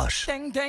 approche.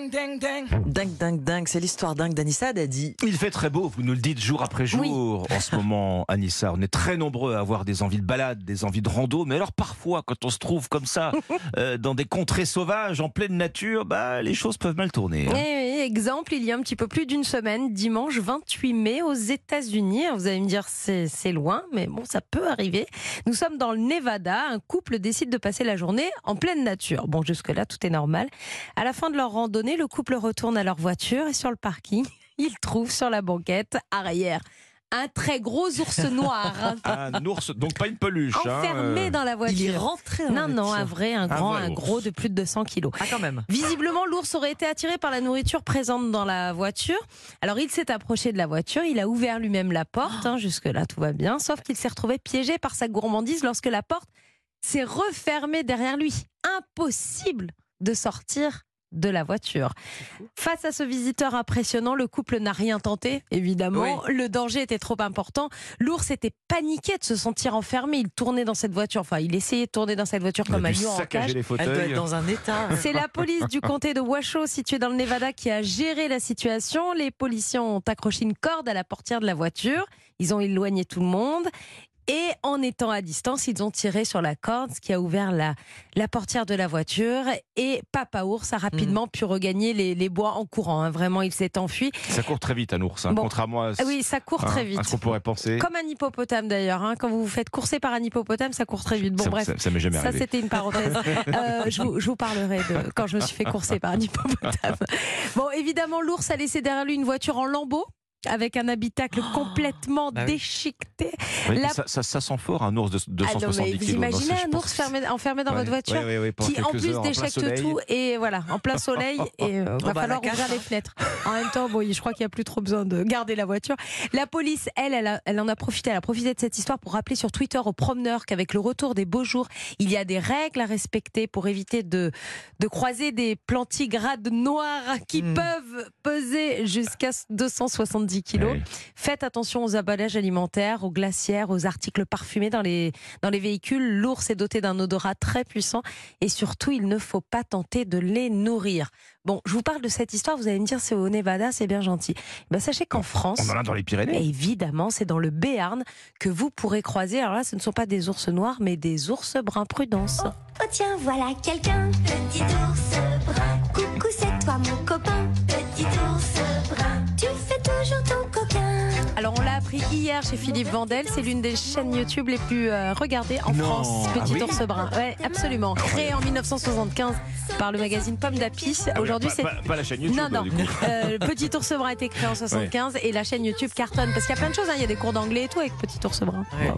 Dingue, c'est l'histoire dingue d'Anissa Dadi. Il fait très beau, vous nous le dites jour après jour. En ce moment, Anissa, on est très nombreux à avoir des envies de balade, des envies de rando. Mais alors parfois, quand on se trouve comme ça, dans des contrées sauvages, en pleine nature, les choses peuvent mal tourner. Et exemple, il y a un petit peu plus d'une semaine, dimanche 28 mai, aux États-Unis. Vous allez me dire, c'est loin, mais bon, ça peut arriver. Nous sommes dans le Nevada. Un couple décide de passer la journée en pleine nature. Bon, jusque-là, tout est normal. À la fin de leur randonnée, le couple retourne à leur voiture et sur le parking, ils trouvent sur la banquette arrière un très gros ours noir. Un ours, donc pas une peluche. Enfermé dans la voiture. Il est rentré dans la voiture. Non, un gros de plus de 200 kilos. Ah, quand même. Visiblement, l'ours aurait été attiré par la nourriture présente dans la voiture. Alors, il s'est approché de la voiture, il a ouvert lui-même la porte. Jusque-là, tout va bien. Sauf qu'il s'est retrouvé piégé par sa gourmandise lorsque la porte s'est refermée derrière lui. Impossible de sortir de la voiture. Face à ce visiteur impressionnant, le couple n'a rien tenté, évidemment. Oui. Le danger était trop important. L'ours était paniqué de se sentir enfermé. Il tournait dans cette voiture. Enfin, il essayait de tourner dans cette voiture comme un lion en cage. Les fauteuils. Elle doit être dans un état. C'est la police du comté de Washoe, située dans le Nevada, qui a géré la situation. Les policiers ont accroché une corde à la portière de la voiture. Ils ont éloigné tout le monde. Et en étant à distance, ils ont tiré sur la corde, ce qui a ouvert la portière de la voiture. Et Papa Ours a rapidement pu regagner les bois en courant. Vraiment, il s'est enfui. Ça court très vite, un ours, contrairement à oui, ça court très vite. À ce qu'on pourrait penser. Comme un hippopotame d'ailleurs. Quand vous vous faites courser par un hippopotame, ça court très vite. Bon, bref, ça m'est jamais arrivé. Ça, c'était une parenthèse. Je vous parlerai de quand je me suis fait courser par un hippopotame. Bon, évidemment, l'ours a laissé derrière lui une voiture en lambeaux, avec un habitacle complètement déchiqueté. Oui, ça sent fort, un ours de 270 kilos. Vous imaginez un ours enfermé dans votre voiture qui en plus déchiquette tout et voilà, en plein soleil et va falloir ouvrir les fenêtres. En même temps, je crois qu'il n'y a plus trop besoin de garder la voiture. La police, elle en a profité. Elle a profité de cette histoire pour rappeler sur Twitter aux promeneurs qu'avec le retour des beaux jours, il y a des règles à respecter pour éviter de croiser des plantigrades noirs qui peuvent peser jusqu'à 270 kilos. Oui. Faites attention aux emballages alimentaires, aux glacières, aux articles parfumés dans les véhicules. L'ours est doté d'un odorat très puissant et surtout, il ne faut pas tenter de les nourrir. Bon, je vous parle de cette histoire, vous allez me dire c'est au Nevada, c'est bien gentil. Sachez qu'en France, on en a dans les Pyrénées. Évidemment, c'est dans le Béarn que vous pourrez croiser. Alors là, ce ne sont pas des ours noirs, mais des ours bruns prudence. Oh tiens, voilà quelqu'un, petit ours brun. Coucou, c'est toi mon copain, petit ours brun. Tu fais toujours ton coquin. Alors on l'a appris hier chez Philippe Vandel, c'est l'une des chaînes YouTube les plus regardées en France, Petit ours brun. Ouais, absolument. Créé en 1975 par le magazine Pomme d'Api. Aujourd'hui, c'est pas la chaîne YouTube. Non. Petit ours brun a été créé en 75 et la chaîne YouTube cartonne parce qu'il y a plein de choses. Il y a des cours d'anglais et tout avec Petit ours brun. Ouais.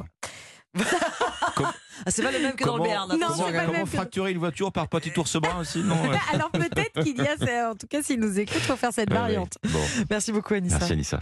C'est pas le même que dans le Béarn. Comment fracturer une voiture par Petit ours brun aussi Alors peut-être qu'il y a, en tout cas s'il nous écoute, il faut faire cette variante. Bon. Merci beaucoup Anissa. Merci Anissa.